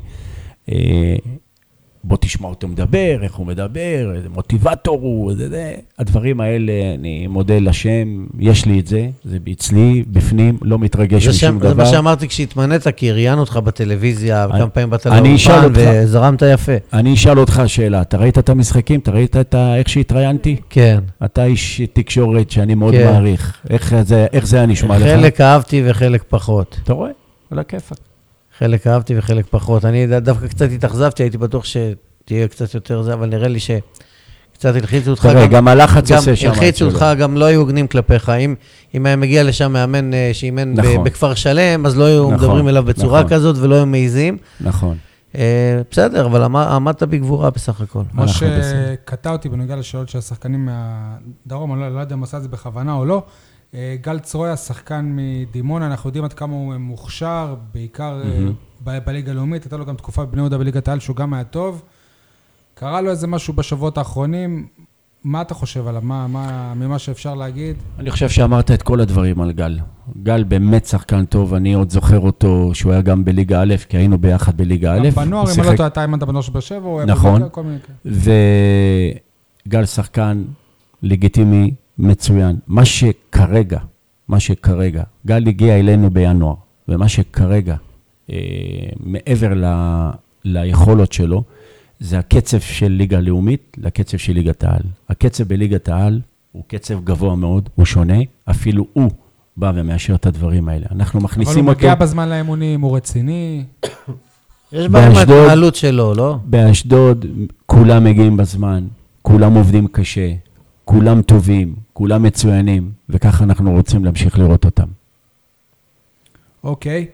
בוא תשמע אותו מדבר, איך הוא מדבר, איזה מוטיבטור הוא, זה, זה. הדברים האלה, אני מודה לשם, יש לי את זה, זה אצלי, בפנים, לא מתרגש משום דבר. זה מה שאמרתי כשהתמנית, כי ראיינו אותך בטלוויזיה, כמה פעמים באת לאופן, וזרמת יפה. אני אשאל אותך שאלה, אתה ראית את המשחקים? אתה ראית את איך שהתראיינתי? כן. אתה איש תקשורת שאני מאוד מעריך. איך זה, איך זה היה נשמע לך? חלק אהבתי וחלק פחות. אתה רואה? על הכיפק. חלק אהבתי וחלק פחות. אני דווקא קצת התאכזבתי, הייתי בטוח שתהיה קצת יותר זה, אבל נראה לי שקצת הלחיצו אותך. תראה, גם הלחץ עושה שם. הלחיצו אותך, גם לא היו הוגנים כלפיך. אם היה מגיע לשם מאמן שאימן בכפר שלם, אז לא היו מדברים אליו בצורה כזאת, ולא היו מעיזים. נכון. בסדר, אבל עמדת בגבורה בסך הכל. מה שקטע אותי בנוגע לשאלות של השחקנים מהדרום, אני לא יודע אם עושה את זה בכוונה או לא, גל צרוי, השחקן מדימונה, אנחנו יודעים עד כמה הוא מוכשר, בעיקר בליגה הלאומית, הייתה לו גם תקופה בבני יהודה בליגת העל, שהוא גם היה טוב. קרה לו איזה משהו בשבועות האחרונים, מה אתה חושב עליו? מה, מה, ממה שאפשר להגיד? אני חושב שאמרת את כל הדברים על גל. גל באמת שחקן טוב, אני עוד זוכר אותו, שהוא היה גם בליגה א', כי היינו ביחד בליגה א'. גם בנוער, אם לא אתה אימנת בנוער של באר שבע, הוא היה נכון. כל מיני כאלה. וגל שחקן לגיטימי, מצוין. מה שכרגע, מה שכרגע, גל הגיע אלינו בינואר, ומה שכרגע, אה, מעבר ל, ליכולות שלו, זה הקצב של ליגה לאומית לקצב של ליגת העל. הקצב בליגת העל הוא קצב גבוה מאוד, הוא שונה, אפילו הוא בא ומאשר את הדברים האלה. אנחנו מכניסים אותו... אבל הוא מגיע בזמן לאימונים, הוא רציני. יש בהם ההתנהלות שלו, לא? באשדוד כולם מגיעים בזמן, כולם עובדים קשה, כולם טובים, כולם מצוינים, וככה אנחנו רוצים להמשיך לראות אותם. אוקיי.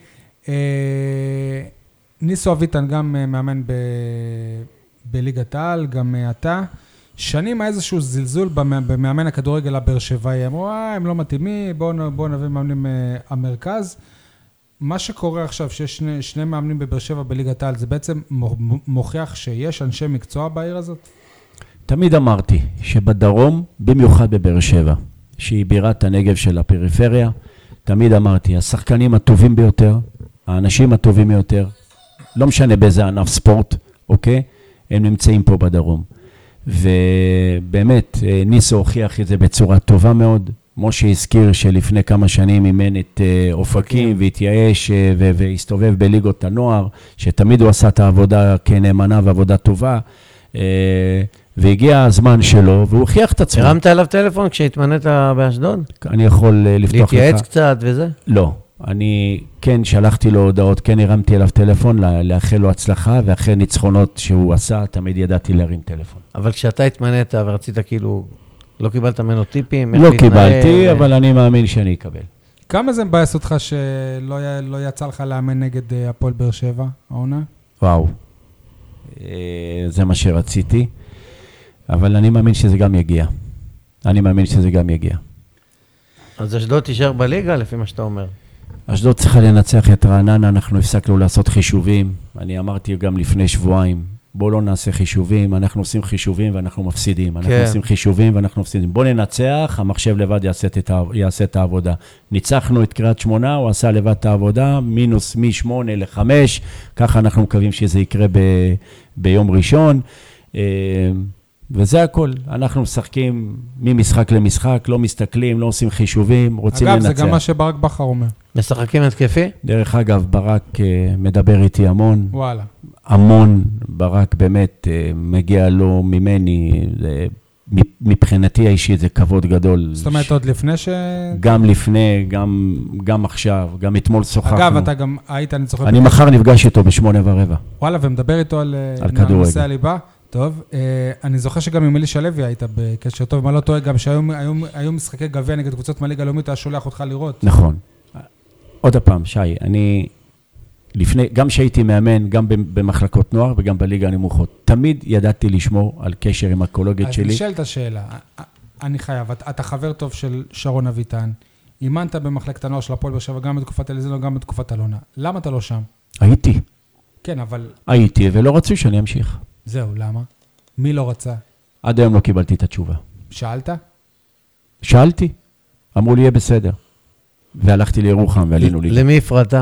ניסו אביטן גם מאמן בליגת העל, גם אתה. שנים היה איזשהו זלזול במאמן הכדורגל הבאר שבעי. אמרו, אה, הם לא מתאימים, בואו נביא מאמנים המרכז. מה שקורה עכשיו, שיש שני, שני מאמנים בבאר שבע בליגת העל, זה בעצם מוכיח שיש אנשי מקצוע בעיר הזאת? תמיד אמרתי שבדרום, במיוחד בבאר שבע, שהיא בירת הנגב של הפריפריה, תמיד אמרתי, השחקנים הטובים ביותר, האנשים הטובים ביותר, לא משנה באיזה ענף ספורט, אוקיי? הם נמצאים פה בדרום. ובאמת, ניסו הוכיח את זה בצורה טובה מאוד. משה הזכיר שלפני כמה שנים אימן את אופקים והתייאש והסתובב בליגות הנוער, שתמיד הוא עשה את העבודה כנאמנה ועבודה טובה, והגיע הזמן שלו, והוא הוכיח את עצמו. הרמת עליו טלפון כשהתמנית באשדוד? אני יכול לפתוח לך. להתייעץ קצת וזה? לא. אני כן שלחתי לו הודעות, כן הרמתי אליו טלפון, לאחל לו הצלחה, ואחרי ניצחונות שהוא עשה, תמיד ידעתי להרים טלפון. אבל כשאתה התמנית ורצית כאילו, לא קיבלת ממנו טיפים? לא קיבלתי, אבל אני מאמין שאני אקבל. כמה זה מבאס אותך שלא יצא לך לאמן נגד הפועל באר שבע, העונה? וואו, זה מה שרציתי, אבל אני מאמין שזה גם יגיע. אני מאמין שזה גם יגיע. אז אשדוד תישאר בליגה, לפי מה שאתה אומר. אשדוד צריכה לנצח את רעננה, אנחנו הפסקנו לעשות חישובים. אני אמרתי גם לפני שבועיים, בואו לא נעשה חישובים, אנחנו עושים חישובים ואנחנו מפסידים. אנחנו כן. עושים חישובים ואנחנו מפסידים. בואו ננצח, המחשב לבד יעשה את, יעשה את העבודה. ניצחנו את קריית שמונה, הוא עשה לבד את העבודה, מינוס משמונה לחמש, ככה אנחנו מקווים שזה יקרה ב, ביום ראשון. וזה הכל, אנחנו משחקים ממשחק למשחק, לא מסתכלים, לא עושים חישובים, רוצים אגב, לנצח. אגב, זה גם מה שברק בכר אומר. משחקים התקפי? דרך אגב, ברק uh, מדבר איתי המון. וואלה. המון, ברק באמת uh, מגיע לו ממני, זה, מבחינתי האישית זה כבוד גדול. זאת אומרת, ש... עוד לפני ש... גם לפני, גם, גם עכשיו, גם אתמול שוחחנו. אגב, אתה גם היית, אני זוכר... אני מחר נפגש איתו בשמונה ורבע. וואלה, ומדבר איתו על... על כדורגל. נושא הליבה. טוב, אני זוכר שגם עם אלישע לוי היית בקשר טוב, מה לא טועה, גם שהיו משחקי גביע נגד קבוצות מהליגה הלאומית, היה שולח אותך לראות. נכון. עוד הפעם, שי, אני לפני, גם שהייתי מאמן, גם במחלקות נוער וגם בליגה הנמוכות, תמיד ידעתי לשמור על קשר עם הקולוגית שלי. אז נשאלת השאלה, אני חייב, אתה חבר טוב של שרון אביטן, אימנת במחלקת הנוער של הפועל באר שבע, גם בתקופת אליזינו, גם בתקופת אלונה. למה אתה לא שם? הייתי. כן, אבל... הייתי, ולא רצו שאני אמשיך. זהו, למה? מי לא רצה? עד היום לא קיבלתי את התשובה. שאלת? שאלתי. אמרו לי, יהיה בסדר. והלכתי לירוחם ועלינו לי. למי הפרעת?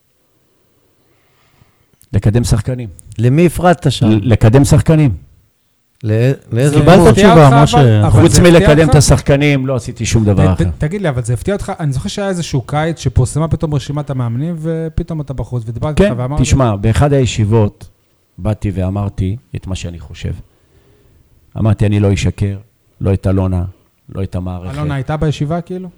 לקדם שחקנים. למי הפרעת שם? לקדם שחקנים. לאיזה קיבלת תשובה, משה. חוץ מלקדם את השחקנים, לא עשיתי שום דבר אחר. תגיד לי, אבל זה הפתיע אותך? אני זוכר שהיה איזשהו קיץ שפורסמה פתאום רשימת המאמנים, ופתאום אתה בחוץ, ודיברתי לך ואמרתי... כן, תשמע, באחד הישיבות באתי ואמרתי את מה שאני חושב. אמרתי, אני לא אשקר, לא את אלונה, לא את המערכת. אלונה הייתה בישיבה כאילו?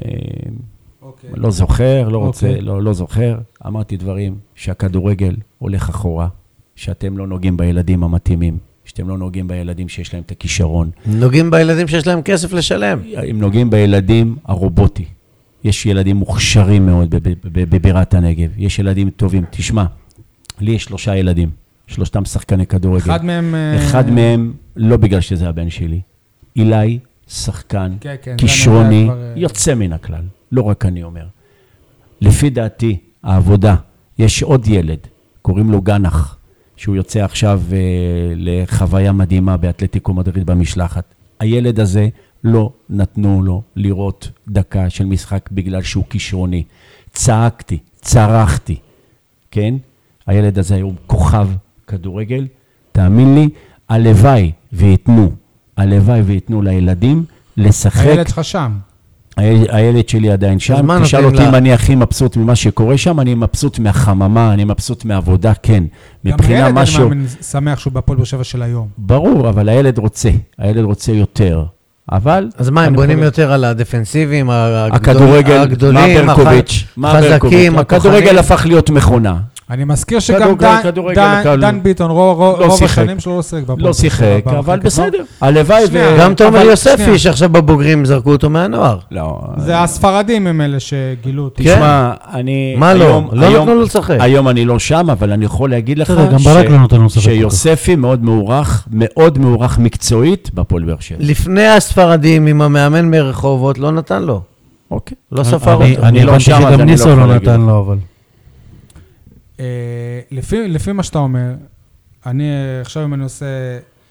לא זוכר, לא רוצה, לא זוכר. אמרתי דברים שהכדורגל הולך אחורה, שאתם לא נוגעים בילדים המתאימים, שאתם לא נוגעים בילדים שיש להם את הכישרון. נוגעים בילדים שיש להם כסף לשלם. הם נוגעים בילדים הרובוטי. יש ילדים מוכשרים מאוד בבירת הנגב. יש ילדים טובים. תשמע, לי יש שלושה ילדים. שלושתם שחקני כדורגל. אחד מהם... אחד מהם, לא בגלל שזה הבן שלי. אילי, שחקן, כישרוני, יוצא מן הכלל. לא רק אני אומר. לפי דעתי, העבודה, יש עוד ילד, קוראים לו גנח, שהוא יוצא עכשיו uh, לחוויה מדהימה באתלטיקו מדריד במשלחת. הילד הזה לא נתנו לו לראות דקה של משחק בגלל שהוא כישרוני. צעקתי, צרחתי, כן? הילד הזה הוא כוכב כדורגל. תאמין לי, הלוואי ויתנו, הלוואי ויתנו לילדים לשחק. הילד שלך שם. הילד שלי עדיין שם, תשאל אותי אם אני הכי מבסוט ממה שקורה שם, אני מבסוט מהחממה, אני מבסוט מהעבודה, כן. מבחינה משהו... גם הילד אני שמח שהוא בפועל באר שבע של היום. ברור, אבל הילד רוצה, הילד רוצה יותר. אבל... אז מה, הם בונים יותר על הדפנסיבים, הכדורגל, הגדולים, החזקים, הכדורגל הפך להיות מכונה. אני מזכיר שגם דן ביטון, רוב השנים שלו לא שיחק. לא שיחק, אבל בסדר. הלוואי ו... גם תומר יוספי, שעכשיו בבוגרים זרקו אותו מהנוער. לא. זה הספרדים הם אלה שגילו אותי. תשמע, אני... מה לא? לא נתנו לו לשחק. היום אני לא שם, אבל אני יכול להגיד לך שיוספי מאוד מעורך, מאוד מעורך מקצועית בפועל באר שבע. לפני הספרדים עם המאמן מרחובות לא נתן לו. אוקיי. לא ספר אותו. אני לא שם, אז אני לא יכול להגיד. נתן לו, אבל... לפי, לפי מה שאתה אומר, אני עכשיו אם אני עושה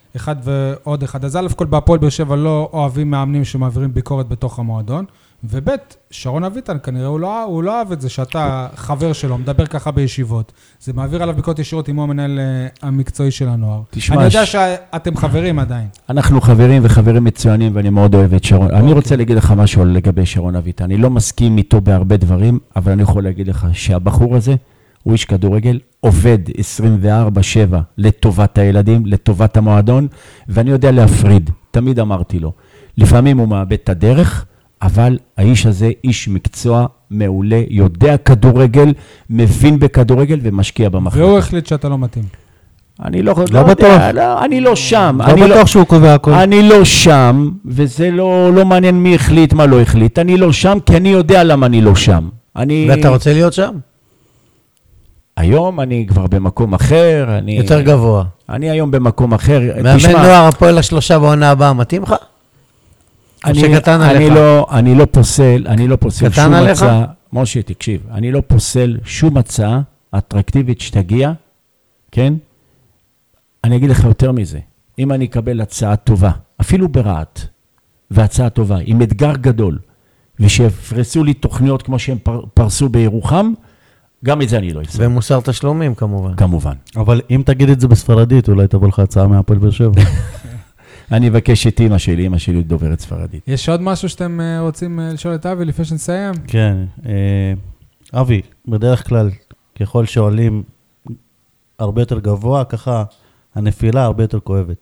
אחד ועוד אחד. אז א' כל בהפועל באר שבע לא אוהבים מאמנים שמעבירים ביקורת בתוך המועדון, וב' שרון אביטן, כנראה הוא לא, הוא לא אוהב את זה שאתה חבר שלו, מדבר ככה בישיבות. זה מעביר עליו ביקורת ישירות עם המנהל המקצועי של הנוער. אני יודע שאתם חברים עדיין. אנחנו חברים וחברים מצוינים, ואני מאוד אוהב את שרון. אני רוצה להגיד לך משהו לגבי שרון אביטן. אני לא מסכים איתו בהרבה דברים, אבל אני יכול להגיד לך שהבחור הזה, הוא איש כדורגל, עובד עשרים וארבע שבע לטובת הילדים, לטובת המועדון, ואני יודע להפריד. תמיד אמרתי לו. לפעמים הוא מאבד את הדרך, אבל האיש הזה איש מקצוע מעולה, יודע כדורגל, מבין בכדורגל ומשקיע במחלקה. והוא החליט שאתה לא מתאים. אני לא, לא, לא בטוח. לא, אני לא שם. לא אני בטוח לא, שהוא קובע הכל. אני לא שם, וזה לא, לא מעניין מי החליט, מה לא החליט. אני לא שם, כי אני יודע למה אני לא שם. אני... ואתה רוצה להיות שם? היום אני כבר במקום אחר. אני... יותר גבוה. אני היום במקום אחר. מאמן נוער הפועל השלושה בעונה הבאה, מתאים לך? אני, אני, לא, אני לא פוסל, אני לא פוסל שום עליך? הצעה, משה, תקשיב, אני לא פוסל שום הצעה אטרקטיבית שתגיע, כן? אני אגיד לך יותר מזה, אם אני אקבל הצעה טובה, אפילו ברעת, והצעה טובה, עם אתגר גדול, ושיפרסו לי תוכניות כמו שהם פר, פרסו בירוחם, גם את זה אני לא אעשה. ומוסר תשלומים כמובן. כמובן. אבל אם תגיד את זה בספרדית, אולי תבוא לך הצעה מהפועל באר שבע. אני אבקש את אמא שלי, אמא שלי דוברת ספרדית. יש עוד משהו שאתם רוצים לשאול את אבי לפני שנסיים? כן. אבי, בדרך כלל, ככל שעולים הרבה יותר גבוה, ככה הנפילה הרבה יותר כואבת.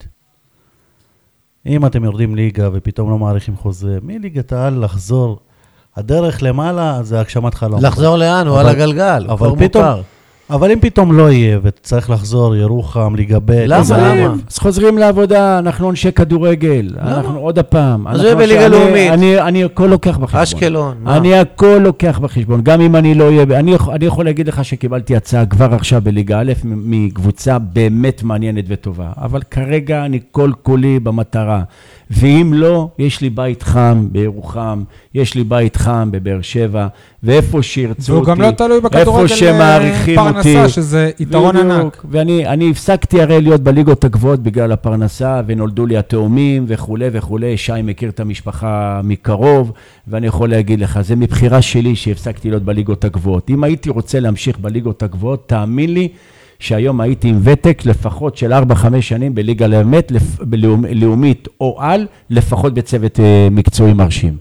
אם אתם יורדים ליגה ופתאום לא מעריכים חוזה, מליגת העל לחזור, הדרך למעלה זה הגשמת חלום. לחזור לאן? הוא על הגלגל. אבל פתאום... אבל אם פתאום לא יהיה, וצריך לחזור ירוחם, ליגה ב', למה? למה? אז חוזרים לעבודה, אנחנו אנשי כדורגל, אנחנו עוד הפעם. אז זה בליגה לאומית. אני הכל לוקח בחשבון. אשקלון. אני הכל לוקח בחשבון, גם אם אני לא אהיה, אני יכול להגיד לך שקיבלתי הצעה כבר עכשיו בליגה א', מקבוצה באמת מעניינת וטובה, אבל כרגע אני כל כולי במטרה, ואם לא, יש לי בית חם בירוחם, יש לי בית חם בבאר שבע, ואיפה שירצו אותי, והוא גם לא תלוי בכדורגל פרנסה, שזה יתרון ענק. ואני אני הפסקתי הרי להיות בליגות הגבוהות בגלל הפרנסה, ונולדו לי התאומים וכו' וכו'. שי מכיר את המשפחה מקרוב, ואני יכול להגיד לך, זה מבחירה שלי שהפסקתי להיות בליגות הגבוהות. אם הייתי רוצה להמשיך בליגות הגבוהות, תאמין לי, שהיום הייתי עם ותק לפחות של ארבע חמש שנים בליגה לאומית, לאומית או על, לפחות בצוות מקצועי מרשים.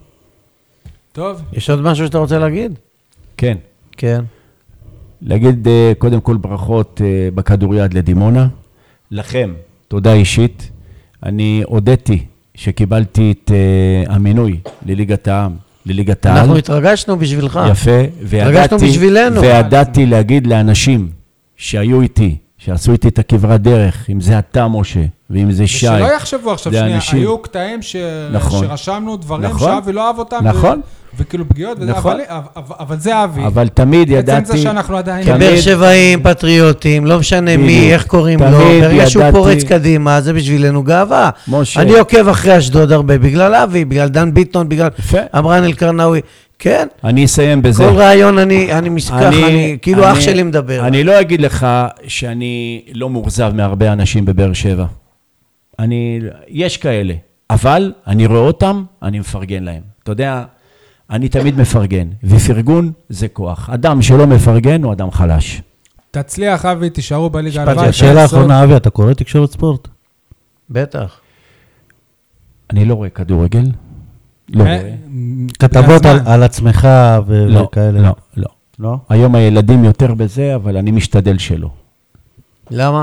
טוב. יש עוד משהו שאתה רוצה להגיד? כן. כן. להגיד קודם כל ברכות בכדוריד לדימונה. לכם, תודה אישית. אני הודיתי שקיבלתי את המינוי לליגת העם. לליגת העל. אנחנו התרגשנו בשבילך. יפה. התרגשנו בשבילנו. וידעתי להגיד לאנשים שהיו איתי, שעשו איתי את הכברת דרך, אם זה אתה, משה, ואם זה שי. ושלא יחשבו עכשיו שנייה, היו קטעים שרשמנו דברים שאבי לא אהב אותם. נכון. וכאילו פגיעות, אבל זה אבי. אבל תמיד ידעתי... בעצם זה שאנחנו עדיין... כבאר שבעים, פטריוטים, לא משנה מי, איך קוראים לו, ברגע שהוא פורץ קדימה, זה בשבילנו גאווה. אני עוקב אחרי אשדוד הרבה, בגלל אבי, בגלל דן ביטון, בגלל אמרן אלקרנאוי. כן. אני אסיים בזה. כל רעיון אני, אני מסכח, אני, כאילו אח שלי מדבר. אני לא אגיד לך שאני לא מורזב מהרבה אנשים בבאר שבע. אני, יש כאלה, אבל אני רואה אותם, אני מפרגן להם. אתה יודע, אני תמיד מפרגן, ופרגון זה כוח. אדם שלא מפרגן הוא אדם חלש. תצליח, אבי, תישארו בליגה הלבן. שאלה האחרונה, אבי, אתה קורא תקשורת ספורט? בטח. אני לא רואה כדורגל. לא רואה. כתבות על עצמך וכאלה. לא, לא. לא? היום הילדים יותר בזה, אבל אני משתדל שלא. למה?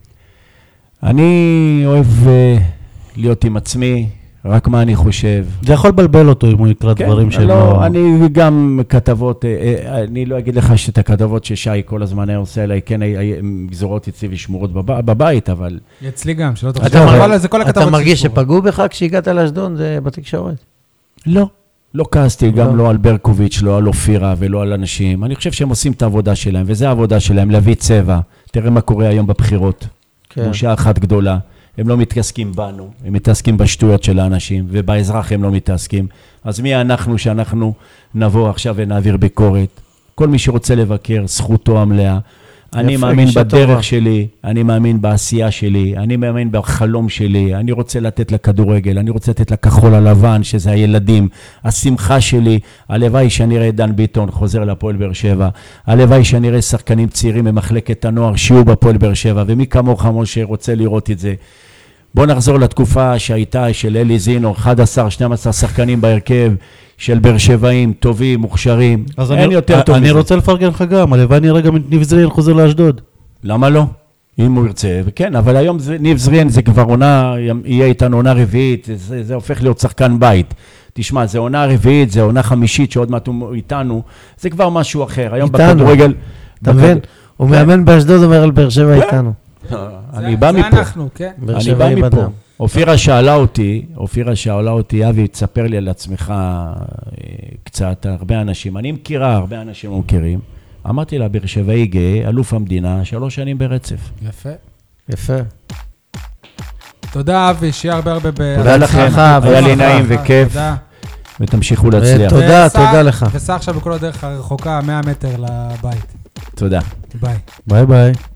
אני אוהב להיות עם עצמי, רק מה אני חושב. זה יכול לבלבל אותו אם הוא יקרא דברים שלו. לא, אני גם כתבות, אני לא אגיד לך שאת הכתבות ששי כל הזמן היה עושה אליי, כן, גזורות אצלי ושמורות בבית, אבל... אצלי גם, שלא תחשוב. אתה מרגיש שפגעו בך כשהגעת לאשדוד, זה בתקשורת? לא. לא כעסתי גם לא על ברקוביץ', לא על אופירה ולא על אנשים. אני חושב שהם עושים את העבודה שלהם, וזה העבודה שלהם, להביא צבע. תראה מה קורה היום בבחירות. בושה אחת גדולה. הם לא מתעסקים בנו, הם מתעסקים בשטויות של האנשים, ובאזרח הם לא מתעסקים. אז מי אנחנו שאנחנו נבוא עכשיו ונעביר ביקורת? כל מי שרוצה לבקר, זכותו המלאה. אני מאמין בדרך שלי, אני מאמין בעשייה שלי, אני מאמין בחלום שלי, אני רוצה לתת לכדורגל, אני רוצה לתת לכחול הלבן, שזה הילדים, השמחה שלי, הלוואי שאני אראה דן ביטון חוזר לפועל באר שבע, הלוואי שאני אראה שחקנים צעירים במחלקת הנוער שיהיו בפועל באר שבע, ומי כמוך משה רוצה לראות את זה. בוא נחזור לתקופה שהייתה של אלי זינו, אחד עשר שנים עשר שחקנים בהרכב, של באר שבעים, טובים, מוכשרים, אין אני, יותר טוב אני מזה. רוצה לפרגן לך גם, הלוואי נראה גם את ניב זריאן חוזר לאשדוד. למה לא? אם הוא ירצה, וכן, אבל היום זה, ניב זריאן זה כבר עונה, יהיה איתנו עונה רביעית, זה, זה הופך להיות שחקן בית. תשמע, זה עונה רביעית, זה עונה חמישית שעוד מעט הוא איתנו, זה כבר משהו אחר. היום איתנו. בכדורגל... אתה מבין? הוא מאמן באשדוד, אומר על באר שבע איתנו. אני בא מפה. זה אנחנו, כן. אני בא מפה. אופירה שאלה אותי, אופירה שאלה אותי, אבי, תספר לי על עצמך קצת, הרבה אנשים. אני מכירה, הרבה אנשים מכירים. אמרתי לה, באר שבעי גאה, אלוף המדינה, שלוש שנים ברצף. יפה. יפה. תודה, אבי, שיהיה הרבה הרבה ב... תודה לכם, היה לי נעים וכיף, תודה. ותמשיכו להצליח. תודה, תודה לך. וסע עכשיו בכל הדרך הרחוקה, מאה מטר לבית. תודה. ביי. ביי ביי.